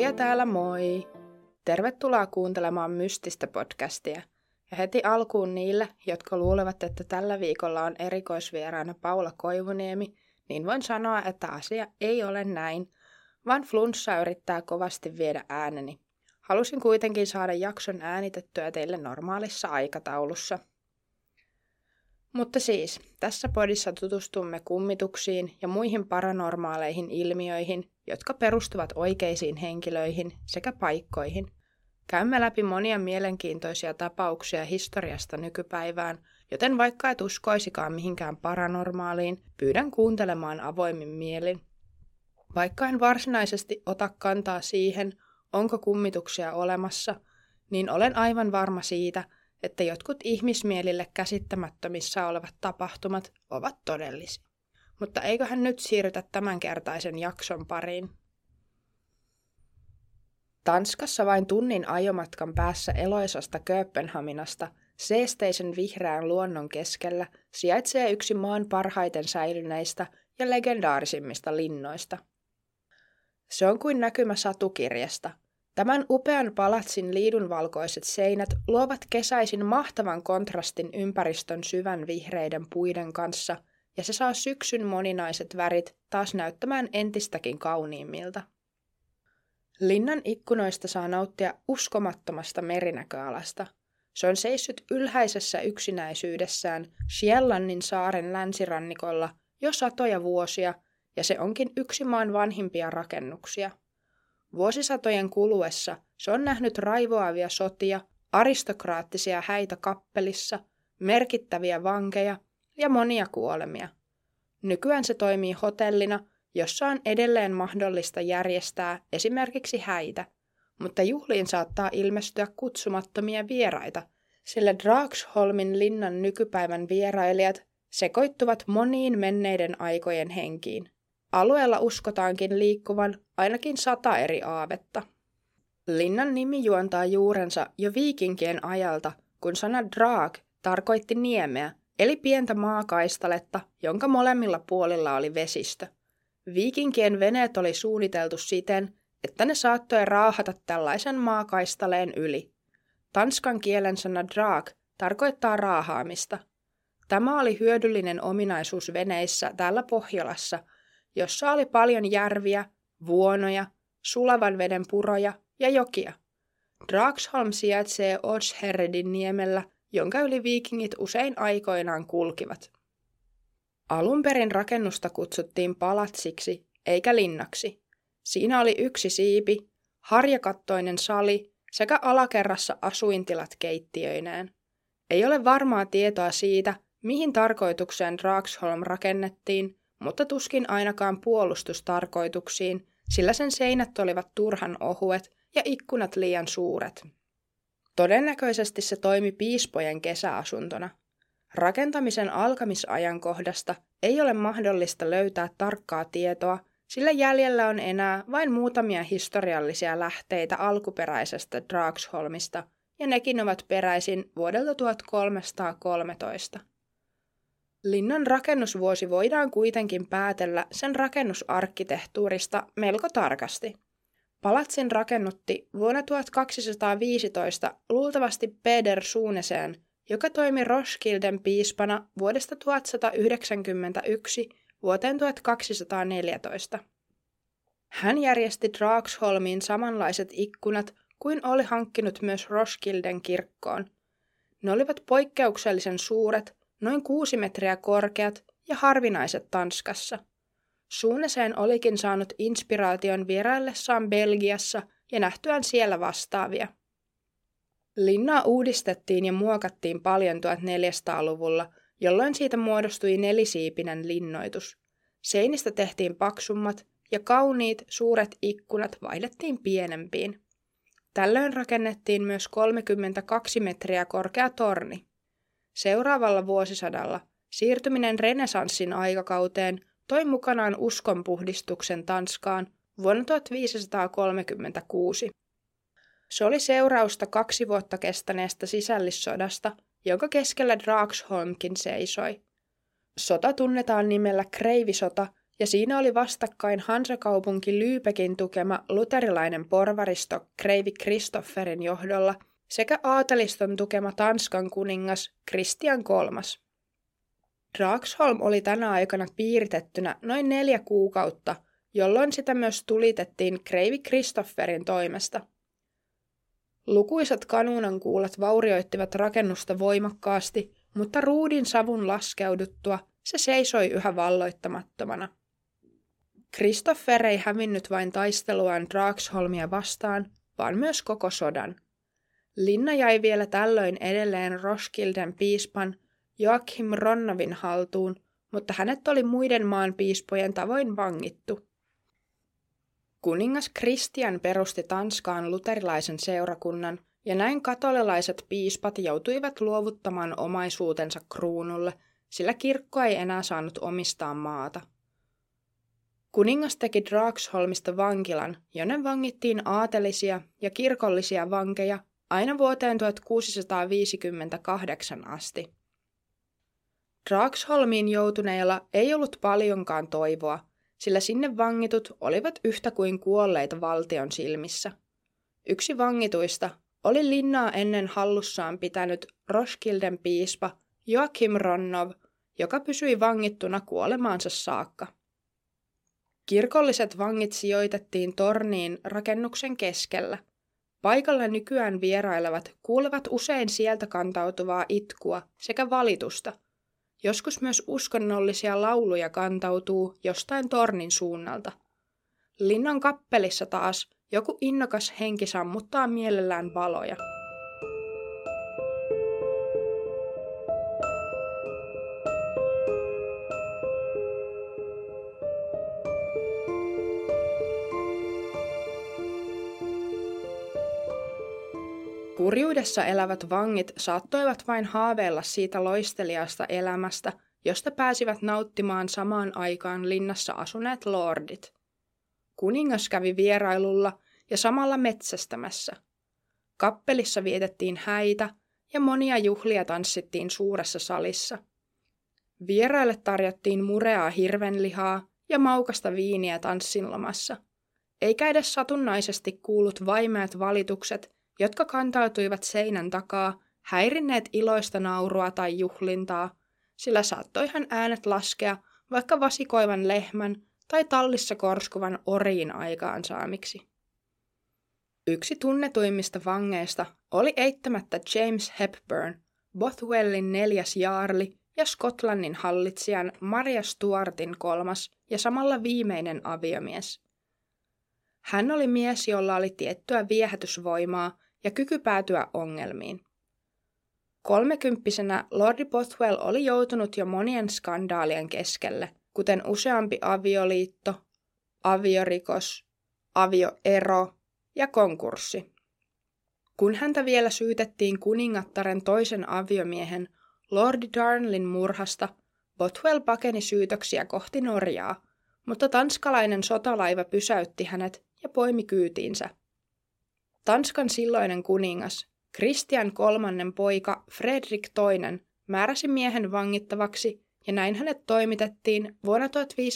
Maria täällä moi! Tervetuloa kuuntelemaan Mystistä podcastia. Ja heti alkuun niille, jotka luulevat, että tällä viikolla on erikoisvieraana Paula Koivuniemi, niin voin sanoa, että asia ei ole näin, vaan flunssa yrittää kovasti viedä ääneni. Halusin kuitenkin saada jakson äänitettyä teille normaalissa aikataulussa. Mutta siis, tässä podissa tutustumme kummituksiin ja muihin paranormaaleihin ilmiöihin, jotka perustuvat oikeisiin henkilöihin sekä paikkoihin. Käymme läpi monia mielenkiintoisia tapauksia historiasta nykypäivään, joten vaikka et uskoisikaan mihinkään paranormaaliin, pyydän kuuntelemaan avoimin mielin. Vaikka en varsinaisesti ota kantaa siihen, onko kummituksia olemassa, niin olen aivan varma siitä, että jotkut ihmismielille käsittämättömissä olevat tapahtumat ovat todellisia. Mutta eiköhän nyt siirrytä tämänkertaisen jakson pariin. Tanskassa vain tunnin ajomatkan päässä eloisasta Kööpenhaminasta, seesteisen vihreän luonnon keskellä, sijaitsee yksi maan parhaiten säilyneistä ja legendaarisimmista linnoista. Se on kuin näkymä satukirjasta. Tämän upean palatsin liidunvalkoiset seinät luovat kesäisin mahtavan kontrastin ympäristön syvän vihreiden puiden kanssa, ja se saa syksyn moninaiset värit taas näyttämään entistäkin kauniimmilta. Linnan ikkunoista saa nauttia uskomattomasta merinäköalasta. Se on seissyt ylhäisessä yksinäisyydessään Själlannin saaren länsirannikolla jo satoja vuosia, ja se onkin yksi maan vanhimpia rakennuksia. Vuosisatojen kuluessa se on nähnyt raivoavia sotia, aristokraattisia häitä kappelissa, merkittäviä vankeja ja monia kuolemia. Nykyään se toimii hotellina, jossa on edelleen mahdollista järjestää esimerkiksi häitä, mutta juhliin saattaa ilmestyä kutsumattomia vieraita, sillä Dragsholmin linnan nykypäivän vierailijat sekoittuvat moniin menneiden aikojen henkiin. Alueella uskotaankin liikkuvan ainakin 100 eri aavetta. Linnan nimi juontaa juurensa jo viikinkien ajalta, kun sana drag tarkoitti niemeä, eli pientä maakaistaletta, jonka molemmilla puolilla oli vesistö. Viikinkien veneet oli suunniteltu siten, että ne saattoi raahata tällaisen maakaistaleen yli. Tanskan kielen sana drag tarkoittaa raahaamista. Tämä oli hyödyllinen ominaisuus veneissä täällä Pohjolassa, jossa oli paljon järviä, vuonoja, sulavan veden puroja ja jokia. Dragsholm sijaitsee Odsherredin niemellä, jonka yli viikingit usein aikoinaan kulkivat. Alun perin rakennusta kutsuttiin palatsiksi eikä linnaksi. Siinä oli yksi siipi, harjakattoinen sali sekä alakerrassa asuintilat keittiöineen. Ei ole varmaa tietoa siitä, mihin tarkoitukseen Dragsholm rakennettiin, mutta tuskin ainakaan puolustustarkoituksiin, sillä sen seinät olivat turhan ohuet ja ikkunat liian suuret. Todennäköisesti se toimi piispojen kesäasuntona. Rakentamisen alkamisajankohdasta ei ole mahdollista löytää tarkkaa tietoa, sillä jäljellä on enää vain muutamia historiallisia lähteitä alkuperäisestä Dragsholmista, ja nekin ovat peräisin vuodelta 1313. Linnan rakennusvuosi voidaan kuitenkin päätellä sen rakennusarkkitehtuurista melko tarkasti. Palatsin rakennutti vuonna 1215 luultavasti Peder Suuneseen, joka toimi Roskilden piispana vuodesta 1191 vuoteen 1214. Hän järjesti Dragsholmiin samanlaiset ikkunat kuin oli hankkinut myös Roskilden kirkkoon. Ne olivat poikkeuksellisen suuret, noin 6 metriä korkeat ja harvinaiset Tanskassa. Suuneseen olikin saanut inspiraation vieraillessaan Belgiassa ja nähtyään siellä vastaavia. Linnaa uudistettiin ja muokattiin paljon 1400-luvulla, jolloin siitä muodostui nelisiipinen linnoitus. Seinistä tehtiin paksummat ja kauniit suuret ikkunat vaihdettiin pienempiin. Tällöin rakennettiin myös 32 metriä korkea torni. Seuraavalla vuosisadalla siirtyminen renesanssin aikakauteen toi mukanaan uskonpuhdistuksen Tanskaan vuonna 1536. Se oli seurausta 2 vuotta kestäneestä sisällissodasta, jonka keskellä Dragsholmkin seisoi. Sota tunnetaan nimellä Kreivisota ja siinä oli vastakkain Hansakaupunki Lübeckin tukema luterilainen porvaristo kreivi Kristofferin johdolla sekä aateliston tukema Tanskan kuningas Kristian III. Dragsholm oli tänä aikana piiritettynä noin 4 kuukautta, jolloin sitä myös tulitettiin kreivi Kristofferin toimesta. Lukuisat kanuunankuulat vaurioittivat rakennusta voimakkaasti, mutta ruudin savun laskeuduttua se seisoi yhä valloittamattomana. Kristoffer ei hävinnyt vain taisteluaan Dragsholmia vastaan, vaan myös koko sodan. Linna jäi vielä tällöin edelleen Roskilden piispan Joachim Ronnovin haltuun, mutta hänet oli muiden maan piispojen tavoin vangittu. Kuningas Kristian perusti Tanskaan luterilaisen seurakunnan, ja näin katolilaiset piispat joutuivat luovuttamaan omaisuutensa kruunulle, sillä kirkko ei enää saanut omistaa maata. Kuningas teki Dragsholmista vankilan, jonne vangittiin aatelisia ja kirkollisia vankeja aina vuoteen 1658 asti. Dragsholmiin joutuneilla ei ollut paljonkaan toivoa, sillä sinne vangitut olivat yhtä kuin kuolleita valtion silmissä. Yksi vangituista oli linnaa ennen hallussaan pitänyt Roskilden piispa Joachim Ronnov, joka pysyi vangittuna kuolemaansa saakka. Kirkolliset vangit sijoitettiin torniin rakennuksen keskellä. Paikalla nykyään vierailevat kuulevat usein sieltä kantautuvaa itkua sekä valitusta. Joskus myös uskonnollisia lauluja kantautuu jostain tornin suunnalta. Linnan kappelissa taas joku innokas henki sammuttaa mielellään valoja. Kurjuudessa elävät vangit saattoivat vain haaveilla siitä loisteliaasta elämästä, josta pääsivät nauttimaan samaan aikaan linnassa asuneet lordit. Kuningas kävi vierailulla ja samalla metsästämässä. Kappelissa vietettiin häitä ja monia juhlia tanssittiin suuressa salissa. Vieraille tarjottiin mureaa hirvenlihaa ja maukasta viiniä tanssinlomassa, eikä edes satunnaisesti kuullut vaimeat valitukset, jotka kantautuivat seinän takaa, häirinneet iloista naurua tai juhlintaa, sillä saattoihan äänet laskea vaikka vasikoivan lehmän tai tallissa korskuvan oriin aikaansaamiksi. Yksi tunnetuimmista vangeista oli eittämättä James Hepburn, Bothwellin 4. jaarli ja Skotlannin hallitsijan Maria Stuartin 3. ja samalla viimeinen aviomies. Hän oli mies, jolla oli tiettyä viehätysvoimaa ja kyky päätyä ongelmiin. 30-vuotiaana Lordi Bothwell oli joutunut jo monien skandaalien keskelle, kuten useampi avioliitto, aviorikos, avioero ja konkurssi. Kun häntä vielä syytettiin kuningattaren toisen aviomiehen Lordi Darnlin murhasta, Bothwell pakeni syytöksiä kohti Norjaa, mutta tanskalainen sotalaiva pysäytti hänet ja poimi kyytiinsä. Tanskan silloinen kuningas, Kristian III poika Fredrik II, määräsi miehen vangittavaksi ja näin hänet toimitettiin vuonna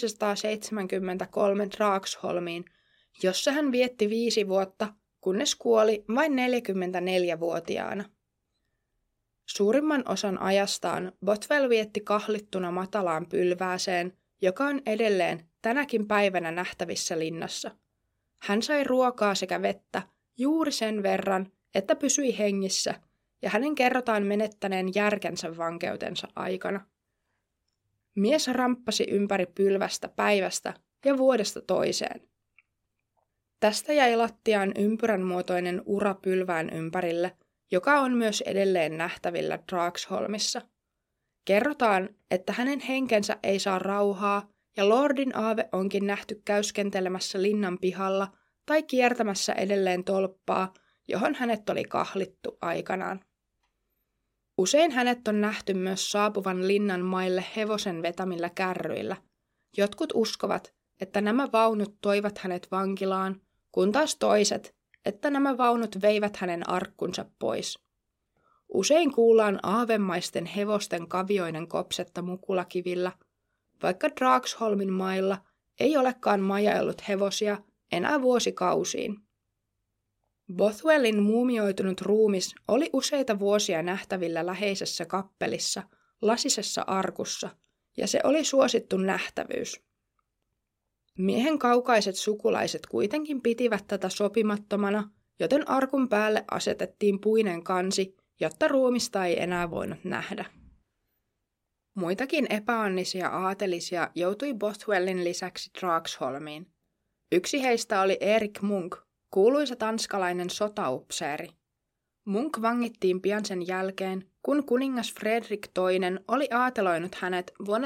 1573 Dragsholmiin, jossa hän vietti 5 vuotta, kunnes kuoli vain 44-vuotiaana. Suurimman osan ajastaan Bothwell vietti kahlittuna matalaan pylvääseen, joka on edelleen tänäkin päivänä nähtävissä linnassa. Hän sai ruokaa sekä vettä juuri sen verran, että pysyi hengissä, ja hänen kerrotaan menettäneen järkensä vankeutensa aikana. Mies ramppasi ympäri pylvästä päivästä ja vuodesta toiseen. Tästä jäi lattiaan ympyränmuotoinen ura pylvään ympärille, joka on myös edelleen nähtävillä Dragsholmissa. Kerrotaan, että hänen henkensä ei saa rauhaa, ja lordin aave onkin nähty käyskentelemässä linnan pihalla tai kiertämässä edelleen tolppaa, johon hänet oli kahlittu aikanaan. Usein hänet on nähty myös saapuvan linnan maille hevosen vetämillä kärryillä. Jotkut uskovat, että nämä vaunut toivat hänet vankilaan, kun taas toiset, että nämä vaunut veivät hänen arkkunsa pois. Usein kuullaan aavemaisten hevosten kavioiden kopsetta mukulakivillä, vaikka Dragsholmin mailla ei olekaan majaillut hevosia enää vuosikausiin. Bothwellin muumioitunut ruumis oli useita vuosia nähtävillä läheisessä kappelissa, lasisessa arkussa, ja se oli suosittu nähtävyys. Miehen kaukaiset sukulaiset kuitenkin pitivät tätä sopimattomana, joten arkun päälle asetettiin puinen kansi, jotta ruumista ei enää voinut nähdä. Muitakin epäonnisia aatelisia joutui Bothwellin lisäksi Dragsholmiin. Yksi heistä oli Erik Munck, kuuluisa tanskalainen sotaupseeri. Munck vangittiin pian sen jälkeen, kun kuningas Fredrik II oli aateloinut hänet vuonna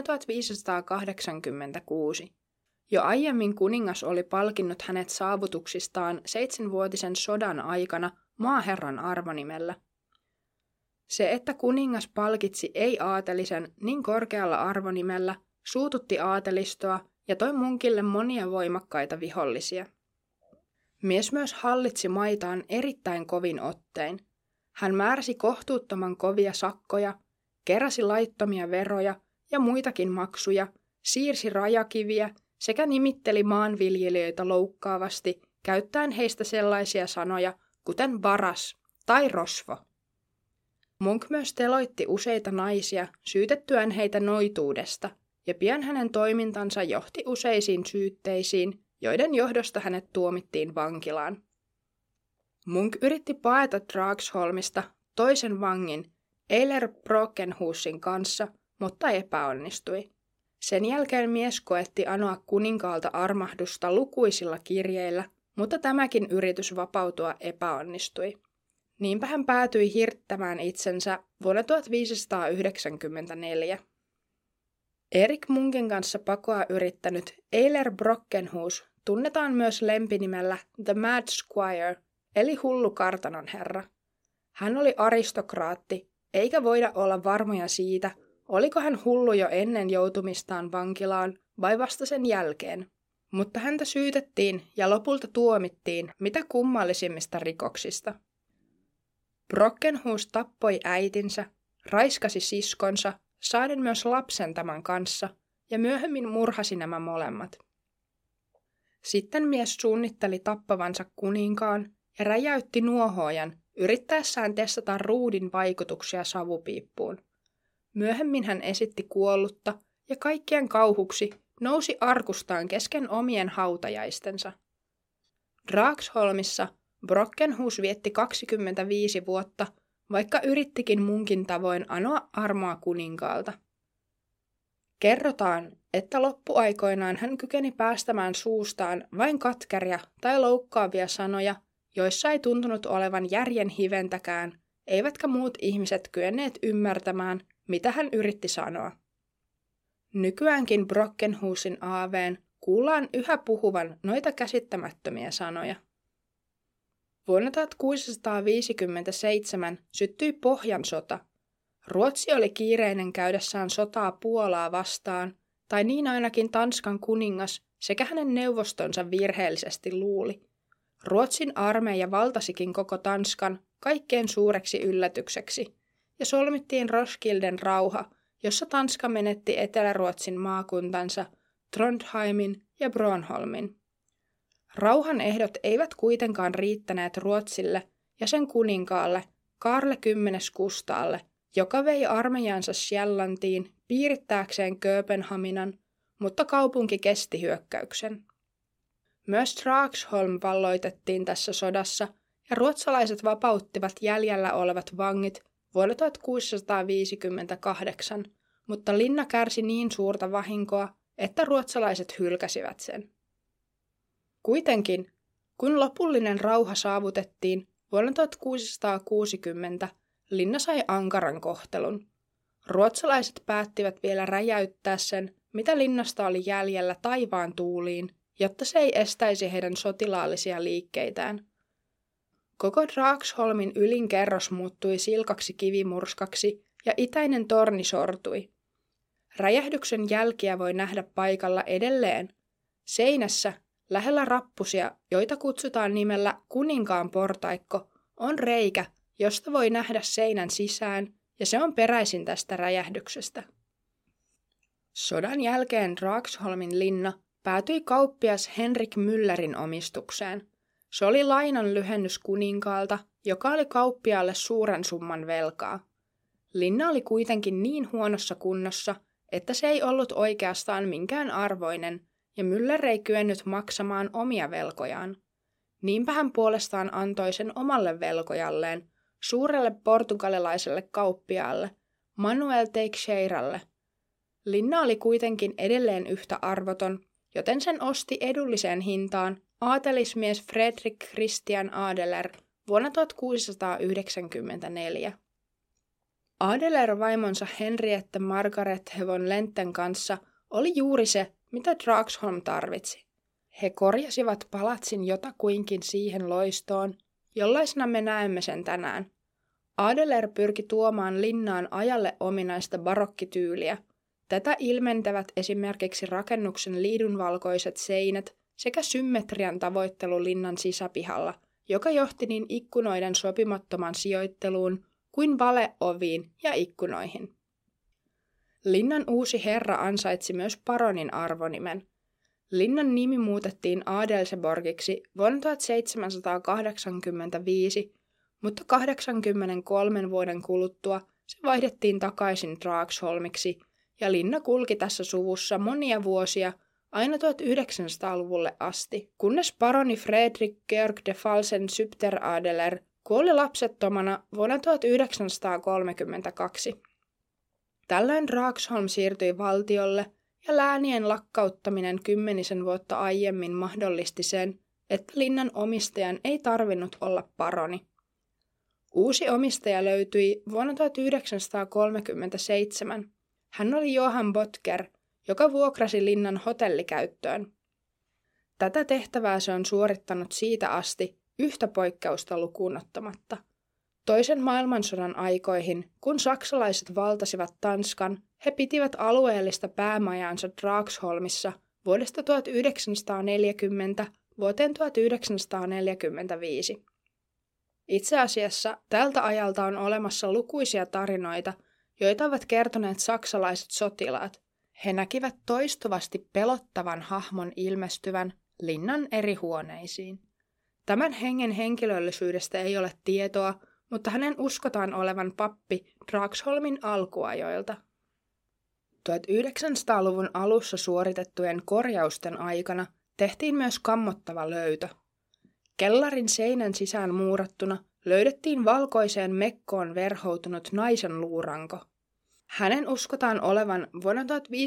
1586. Jo aiemmin kuningas oli palkinnut hänet saavutuksistaan 7-vuotisen sodan aikana maaherran arvonimellä. Se, että kuningas palkitsi ei-aatelisen niin korkealla arvonimellä, suututti aatelistoa ja toi Munkille monia voimakkaita vihollisia. Mies myös hallitsi maitaan erittäin kovin ottein. Hän määräsi kohtuuttoman kovia sakkoja, keräsi laittomia veroja ja muitakin maksuja, siirsi rajakiviä sekä nimitteli maanviljelijöitä loukkaavasti, käyttäen heistä sellaisia sanoja kuten varas tai rosvo. Munck myös teloitti useita naisia syytettyään heitä noituudesta, ja pian hänen toimintansa johti useisiin syytteisiin, joiden johdosta hänet tuomittiin vankilaan. Munck yritti paeta Dragsholmista toisen vangin, Eiler Brockenhuusin kanssa, mutta epäonnistui. Sen jälkeen mies koetti anoa kuninkaalta armahdusta lukuisilla kirjeillä, mutta tämäkin yritys vapautua epäonnistui. Niinpä hän päätyi hirttämään itsensä vuonna 1594. Erik Munkin kanssa pakoa yrittänyt Eiler Brockenhuus tunnetaan myös lempinimellä The Mad Squire, eli hullu kartanonherra. Hän oli aristokraatti, eikä voida olla varmoja siitä, oliko hän hullu jo ennen joutumistaan vankilaan vai vasta sen jälkeen. Mutta häntä syytettiin ja lopulta tuomittiin mitä kummallisimmista rikoksista. Brockenhuus tappoi äitinsä, raiskasi siskonsa, saaden myös lapsen tämän kanssa, ja myöhemmin murhasi nämä molemmat. Sitten mies suunnitteli tappavansa kuninkaan ja räjäytti nuohoojan yrittäessään testata ruudin vaikutuksia savupiippuun. Myöhemmin hän esitti kuollutta ja kaikkien kauhuksi nousi arkustaan kesken omien hautajaistensa. Dragsholmissa Brockenhuus vietti 25 vuotta, vaikka yrittikin Munkin tavoin anoa armoa kuninkaalta. Kerrotaan, että loppuaikoinaan hän kykeni päästämään suustaan vain katkeria tai loukkaavia sanoja, joissa ei tuntunut olevan järjen hiventäkään, eivätkä muut ihmiset kyenneet ymmärtämään, mitä hän yritti sanoa. Nykyäänkin Brockenhuusin aaveen kuullaan yhä puhuvan noita käsittämättömiä sanoja. Vuonna 1657 syttyi Pohjansota. Ruotsi oli kiireinen käydessään sotaa Puolaa vastaan, tai niin ainakin Tanskan kuningas sekä hänen neuvostonsa virheellisesti luuli. Ruotsin armeija valtasikin koko Tanskan kaikkein suureksi yllätykseksi, ja solmittiin Roskilden rauha, jossa Tanska menetti Etelä-Ruotsin maakuntansa Trondheimin ja Bornholmin. Rauhan ehdot eivät kuitenkaan riittäneet Ruotsille ja sen kuninkaalle Karle X Kustaalle, joka vei armeijansa Själlantiin piirittääkseen Kööpenhaminan, mutta kaupunki kesti hyökkäyksen. Myös Dragsholm valloitettiin tässä sodassa, ja ruotsalaiset vapauttivat jäljellä olevat vangit vuonna 1658, mutta linna kärsi niin suurta vahinkoa, että ruotsalaiset hylkäsivät sen. Kuitenkin, kun lopullinen rauha saavutettiin vuonna 1660, linna sai ankaran kohtelun. Ruotsalaiset päättivät vielä räjäyttää sen, mitä linnasta oli jäljellä taivaan tuuliin, jotta se ei estäisi heidän sotilaallisia liikkeitään. Koko Dragsholmin ylin kerros muuttui silkaksi kivimurskaksi ja itäinen torni sortui. Räjähdyksen jälkiä voi nähdä paikalla edelleen. Seinässä, lähellä rappusia, joita kutsutaan nimellä Kuninkaan portaikko, on reikä, josta voi nähdä seinän sisään, ja se on peräisin tästä räjähdyksestä. Sodan jälkeen Dragsholmin linna päätyi kauppias Henrik Müllerin omistukseen. Se oli lainan lyhennys kuninkaalta, joka oli kauppiaalle suuren summan velkaa. Linna oli kuitenkin niin huonossa kunnossa, että se ei ollut oikeastaan minkään arvoinen, ja Müller ei kyennyt maksamaan omia velkojaan. Niinpä hän puolestaan antoi sen omalle velkojalleen, suurelle portugalilaiselle kauppiaalle, Manuel Teixeiralle. Linna oli kuitenkin edelleen yhtä arvoton, joten sen osti edulliseen hintaan aatelismies Fredrik Christian Adeler vuonna 1694. Adeler vaimonsa Henriette Margaret von Lenten kanssa oli juuri se, mitä Dragsholm tarvitsi. He korjasivat palatsin jotakuinkin siihen loistoon, jollaisena me näemme sen tänään. Adeler pyrki tuomaan linnaan ajalle ominaista barokkityyliä. Tätä ilmentävät esimerkiksi rakennuksen liidunvalkoiset seinät sekä symmetrian tavoittelu linnan sisäpihalla, joka johti niin ikkunoiden sopimattoman sijoitteluun kuin valeoviin ja ikkunoihin. Linnan uusi herra ansaitsi myös paronin arvonimen. Linnan nimi muutettiin Adelseborgiksi vuonna 1785, mutta 83 vuoden kuluttua se vaihdettiin takaisin Dragsholmiksi, ja linna kulki tässä suvussa monia vuosia aina 1900-luvulle asti, kunnes paroni Fredrik Georg de Falsen-Süpter-Adeler kuoli lapsettomana vuonna 1932. Tällöin Dragsholm siirtyi valtiolle, ja läänien lakkauttaminen 10 vuotta aiemmin mahdollisti sen, että linnan omistajan ei tarvinnut olla paroni. Uusi omistaja löytyi vuonna 1937. Hän oli Johan Botker, joka vuokrasi linnan hotellikäyttöön. Tätä tehtävää se on suorittanut siitä asti yhtä poikkeusta lukuun ottamatta. Toisen maailmansodan aikoihin, kun saksalaiset valtasivat Tanskan, he pitivät alueellista päämajaansa Dragsholmissa vuodesta 1940 vuoteen 1945. Itse asiassa tältä ajalta on olemassa lukuisia tarinoita, joita ovat kertoneet saksalaiset sotilaat. He näkivät toistuvasti pelottavan hahmon ilmestyvän linnan eri huoneisiin. Tämän hengen henkilöllisyydestä ei ole tietoa, mutta hänen uskotaan olevan pappi Dragsholmin alkuajoilta. 1900-luvun alussa suoritettujen korjausten aikana tehtiin myös kammottava löytö. Kellarin seinän sisään muurattuna löydettiin valkoiseen mekkoon verhoutunut naisen luuranko. Hänen uskotaan olevan vuonna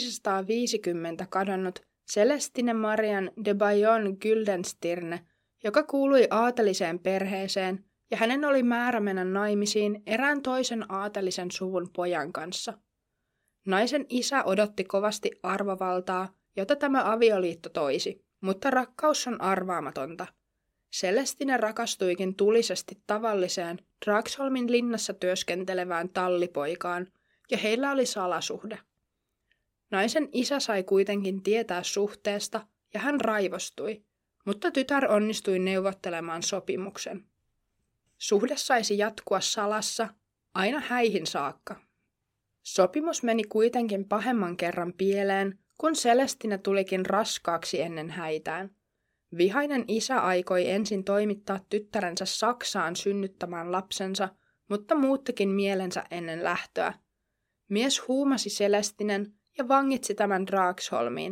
1550 kadonnut Celestine Marian de Bayon Guldenstirne, joka kuului aateliseen perheeseen, ja hänen oli määrä mennä naimisiin erään toisen aatelisen suvun pojan kanssa. Naisen isä odotti kovasti arvovaltaa, jota tämä avioliitto toisi, mutta rakkaus on arvaamatonta. Celestine rakastuikin tulisesti tavalliseen Dragsholmin linnassa työskentelevään tallipoikaan, ja heillä oli salasuhde. Naisen isä sai kuitenkin tietää suhteesta, ja hän raivostui, mutta tytär onnistui neuvottelemaan sopimuksen. Suhde saisi jatkua salassa aina häihin saakka. Sopimus meni kuitenkin pahemman kerran pieleen, kun Celestine tulikin raskaaksi ennen häitään. Vihainen isä aikoi ensin toimittaa tyttärensä Saksaan synnyttämään lapsensa, mutta muuttikin mielensä ennen lähtöä. Mies huumasi Celestinen ja vangitsi tämän Dragsholmiin.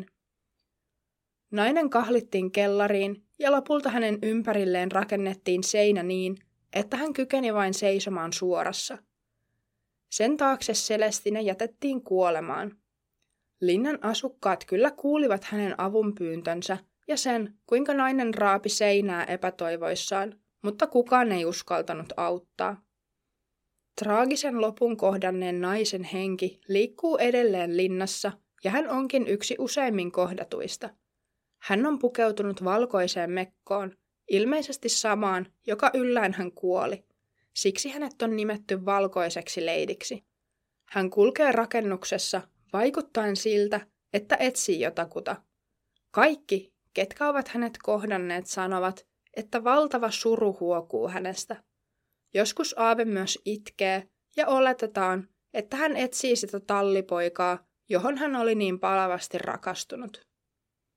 Nainen kahlittiin kellariin ja lopulta hänen ympärilleen rakennettiin seinä niin, että hän kykeni vain seisomaan suorassa. Sen taakse Celestine jätettiin kuolemaan. Linnan asukkaat kyllä kuulivat hänen avunpyyntönsä ja sen, kuinka nainen raapi seinää epätoivoissaan, mutta kukaan ei uskaltanut auttaa. Traagisen lopun kohdanneen naisen henki liikkuu edelleen linnassa ja hän onkin yksi useimmin kohdatuista. Hän on pukeutunut valkoiseen mekkoon, ilmeisesti samaan, joka yllään hän kuoli. Siksi hänet on nimetty valkoiseksi leidiksi. Hän kulkee rakennuksessa, vaikuttaen siltä, että etsii jotakuta. Kaikki, ketkä ovat hänet kohdanneet, sanovat, että valtava suru huokuu hänestä. Joskus aave myös itkee ja oletetaan, että hän etsii sitä tallipoikaa, johon hän oli niin palavasti rakastunut.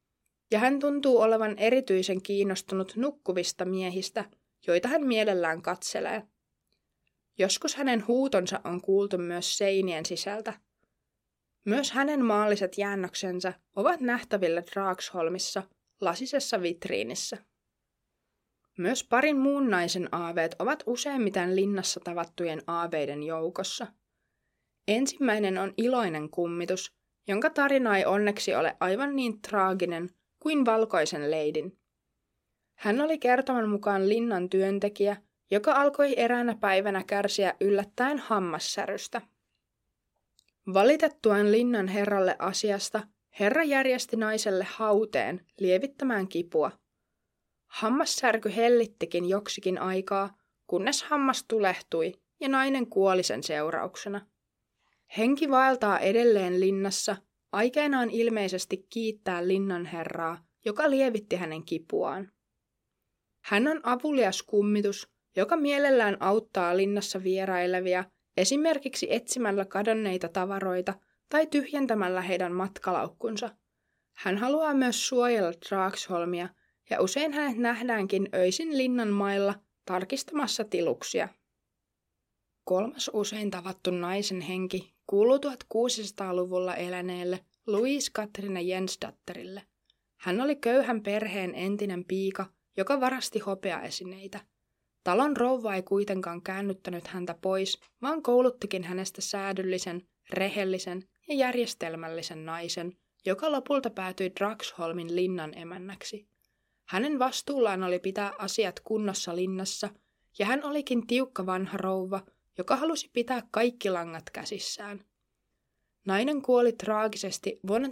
ja hän tuntuu olevan erityisen kiinnostunut nukkuvista miehistä, joita hän mielellään katselee. Joskus hänen huutonsa on kuultu myös seinien sisältä. Myös hänen maalliset jäännöksensä ovat nähtävillä Dragsholmissa lasisessa vitriinissä. Myös parin muun naisen aaveet ovat useimmiten linnassa tavattujen aaveiden joukossa. Ensimmäinen on iloinen kummitus, jonka tarina ei onneksi ole aivan niin traaginen kuin valkoisen leidin. Hän oli kertoman mukaan linnan työntekijä, joka alkoi eräänä päivänä kärsiä yllättäen hammassärystä. Valitettuaan linnan herralle asiasta, herra järjesti naiselle hauteen lievittämään kipua. Hammassärky hellittikin joksikin aikaa, kunnes hammas tulehtui ja nainen kuoli sen seurauksena. Henki vaeltaa edelleen linnassa, aikeinaan ilmeisesti kiittää linnan herraa, joka lievitti hänen kipuaan. Hän on avulias kummitus, joka mielellään auttaa linnassa vierailevia, esimerkiksi etsimällä kadonneita tavaroita tai tyhjentämällä heidän matkalaukkunsa. Hän haluaa myös suojella Dragsholmia, ja usein hänet nähdäänkin öisin linnan mailla tarkistamassa tiluksia. Kolmas usein tavattu naisen henki kuuluu 1600-luvulla eläneelle Louise Katrine Jensdatterille. Hän oli köyhän perheen entinen piika, joka varasti hopeaesineitä. Talon rouva ei kuitenkaan käännyttänyt häntä pois, vaan kouluttikin hänestä säädyllisen, rehellisen ja järjestelmällisen naisen, joka lopulta päätyi Dragsholmin linnan emännäksi. Hänen vastuullaan oli pitää asiat kunnossa linnassa, ja hän olikin tiukka vanha rouva, joka halusi pitää kaikki langat käsissään. Nainen kuoli traagisesti vuonna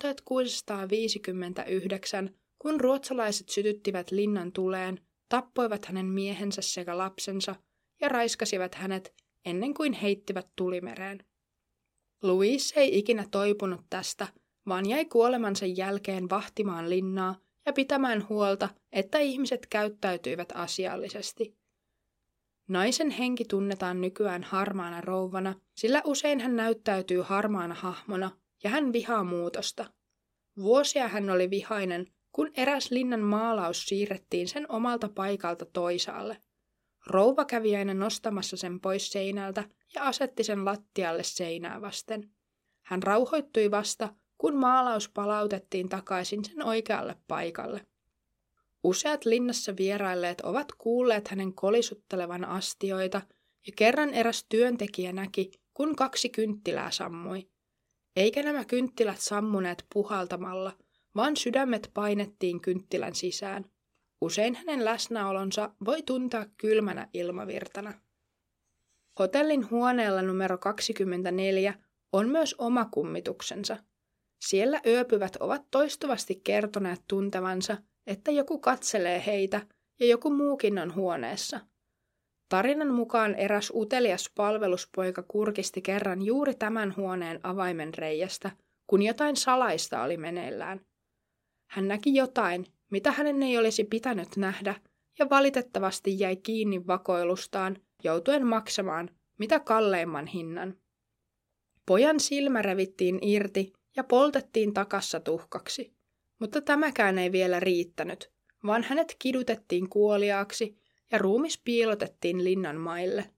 1659, kun ruotsalaiset sytyttivät linnan tuleen, tappoivat hänen miehensä sekä lapsensa ja raiskasivat hänet ennen kuin heittivät tulimereen. Louise ei ikinä toipunut tästä, vaan jäi kuolemansa jälkeen vahtimaan linnaa ja pitämään huolta, että ihmiset käyttäytyivät asiallisesti. Naisen henki tunnetaan nykyään harmaana rouvana, sillä usein hän näyttäytyy harmaana hahmona ja hän vihaa muutosta. Vuosia hän oli vihainen, kun eräs linnan maalaus siirrettiin sen omalta paikalta toisaalle. Rouva kävi aina nostamassa sen pois seinältä ja asetti sen lattialle seinää vasten. Hän rauhoittui vasta, kun maalaus palautettiin takaisin sen oikealle paikalle. Useat linnassa vierailleet ovat kuulleet hänen kolisuttelevan astioita, ja kerran eräs työntekijä näki, kun 2 kynttilää sammui. Eikä nämä kynttilät sammuneet puhaltamalla, vaan sydämet painettiin kynttilän sisään. Usein hänen läsnäolonsa voi tuntea kylmänä ilmavirtana. Hotellin huoneella numero 24 on myös oma kummituksensa. Siellä yöpyvät ovat toistuvasti kertoneet tuntevansa, että joku katselee heitä ja joku muukin on huoneessa. Tarinan mukaan eräs utelias palveluspoika kurkisti kerran juuri tämän huoneen avaimen reiästä, kun jotain salaista oli meneillään. Hän näki jotain, mitä hänen ei olisi pitänyt nähdä, ja valitettavasti jäi kiinni vakoilustaan, joutuen maksamaan mitä kalleimman hinnan. Pojan silmä revittiin irti ja poltettiin takassa tuhkaksi, mutta tämäkään ei vielä riittänyt, vaan hänet kidutettiin kuoliaaksi ja ruumis piilotettiin linnan maille.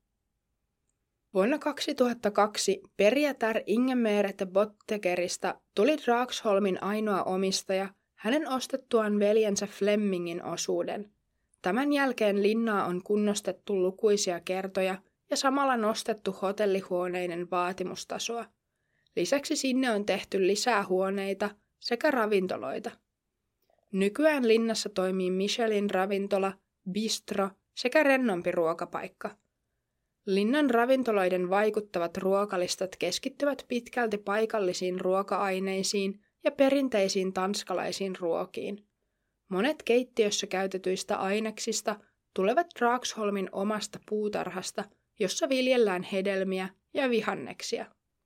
Vuonna 2002 perijätär Ingemerete Bottegerista tuli Dragsholmin ainoa omistaja hänen ostettuaan veljensä Flemmingin osuuden. Tämän jälkeen linnaa on kunnostettu lukuisia kertoja ja samalla nostettu hotellihuoneiden vaatimustasoa. Lisäksi sinne on tehty lisää huoneita sekä ravintoloita. Nykyään linnassa toimii Michelin ravintola, bistro sekä rennompi ruokapaikka. Linnan ravintoloiden vaikuttavat ruokalistat keskittyvät pitkälti paikallisiin ruoka-aineisiin ja perinteisiin tanskalaisiin ruokiin. Monet keittiössä käytetyistä aineksista tulevat Dragsholmin omasta puutarhasta, jossa viljellään hedelmiä ja vihanneksia.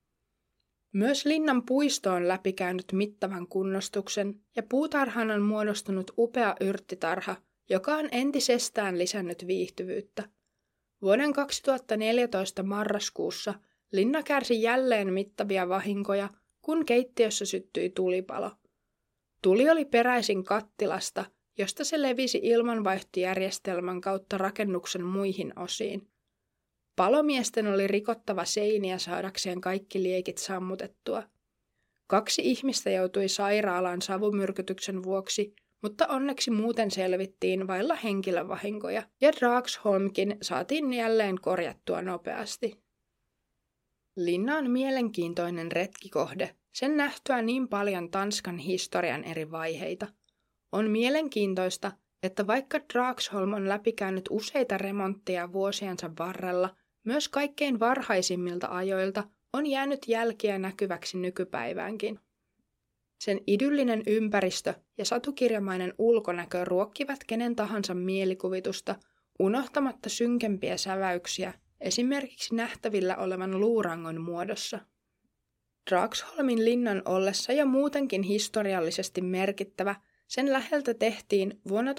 Myös linnan puisto on läpikäynyt mittavan kunnostuksen ja puutarhaan on muodostunut upea yrttitarha, joka on entisestään lisännyt viihtyvyyttä. Vuoden 2014 marraskuussa linna kärsi jälleen mittavia vahinkoja, kun keittiössä syttyi tulipalo. Tuli oli peräisin kattilasta, josta se levisi ilmanvaihtojärjestelmän kautta rakennuksen muihin osiin. Palomiesten oli rikottava seiniä saadakseen kaikki liekit sammutettua. 2 ihmistä joutui sairaalaan savumyrkytyksen vuoksi, mutta onneksi muuten selvittiin vailla henkilövahinkoja, ja Dragsholmkin saatiin jälleen korjattua nopeasti. Linna on mielenkiintoinen retkikohde, sen nähtyä niin paljon Tanskan historian eri vaiheita. On mielenkiintoista, että vaikka Dragsholm on läpikäynyt useita remontteja vuosiensa varrella, myös kaikkein varhaisimmilta ajoilta on jäänyt jälkiä näkyväksi nykypäiväänkin. Sen idyllinen ympäristö ja satukirjamainen ulkonäkö ruokkivat kenen tahansa mielikuvitusta, unohtamatta synkempiä säväyksiä, esimerkiksi nähtävillä olevan luurangon muodossa. Dragsholmin linnan ollessa jo muutenkin historiallisesti merkittävä, sen läheltä tehtiin vuonna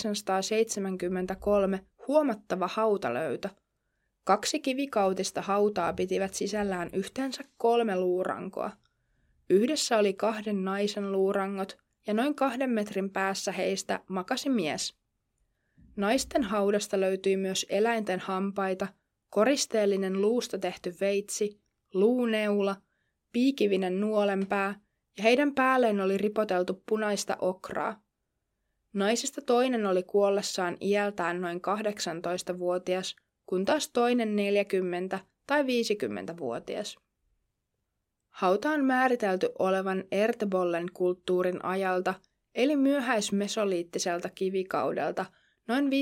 1973 huomattava hautalöytö. 2 kivikautista hautaa pitivät sisällään yhteensä 3 luurankoa. Yhdessä oli 2 naisen luurangot ja noin 2 metrin päässä heistä makasi mies. Naisten haudasta löytyi myös eläinten hampaita, koristeellinen luusta tehty veitsi, luuneula, piikivinen nuolenpää ja heidän päälleen oli ripoteltu punaista okraa. Naisista toinen oli kuollessaan iältään noin 18-vuotias, kun taas toinen 40- tai 50-vuotias. Hauta on määritelty olevan Ertebollen kulttuurin ajalta, eli myöhäismesoliittiselta kivikaudelta, noin 5400–3950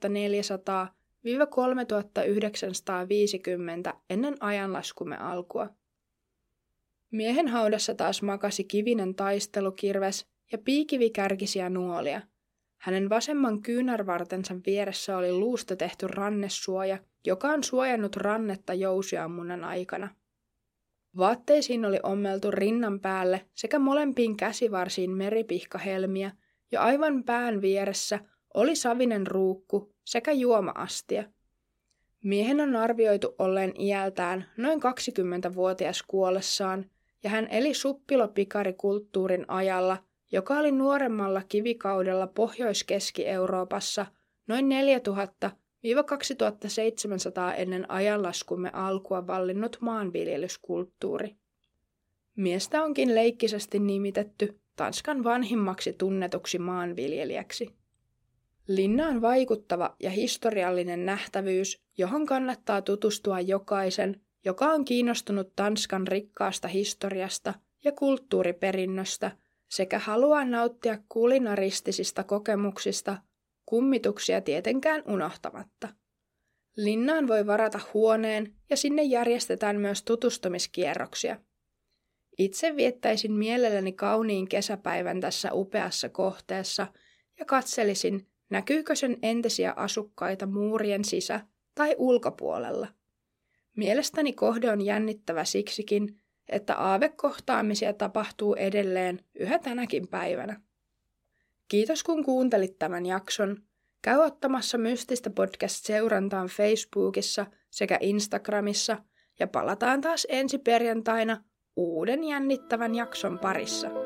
ennen ajanlaskumme alkua. Miehen haudassa taas makasi kivinen taistelukirves ja piikivikärkisiä nuolia. Hänen vasemman kyynärvartensa vieressä oli luusta tehty rannesuoja, joka on suojannut rannetta jousiammunnan aikana. Vaatteisiin oli ommeltu rinnan päälle sekä molempiin käsivarsiin meripihkahelmiä ja aivan pään vieressä oli savinen ruukku sekä juoma-astia. Miehen on arvioitu olleen iältään noin 20-vuotias kuollessaan ja hän eli suppilopikarikulttuurin ajalla, joka oli nuoremmalla kivikaudella Pohjois-Keski-Euroopassa noin 4000–2700 ennen ajanlaskumme alkua vallinnut maanviljelyskulttuuri. Miestä onkin leikkisesti nimitetty Tanskan vanhimmaksi tunnetuksi maanviljelijäksi. Linna on vaikuttava ja historiallinen nähtävyys, johon kannattaa tutustua jokaisen, joka on kiinnostunut Tanskan rikkaasta historiasta ja kulttuuriperinnöstä sekä haluaa nauttia kulinaristisista kokemuksista, kummituksia tietenkään unohtamatta. Linnaan voi varata huoneen ja sinne järjestetään myös tutustumiskierroksia. Itse viettäisin mielelläni kauniin kesäpäivän tässä upeassa kohteessa ja katselisin, näkyykö sen entisiä asukkaita muurien sisä- tai ulkopuolella. Mielestäni kohde on jännittävä siksikin, että aavekohtaamisia tapahtuu edelleen yhä tänäkin päivänä. Kiitos kun kuuntelit tämän jakson. Käy ottamassa Mystistä podcast-seurantaan Facebookissa sekä Instagramissa ja palataan taas ensi perjantaina uuden jännittävän jakson parissa.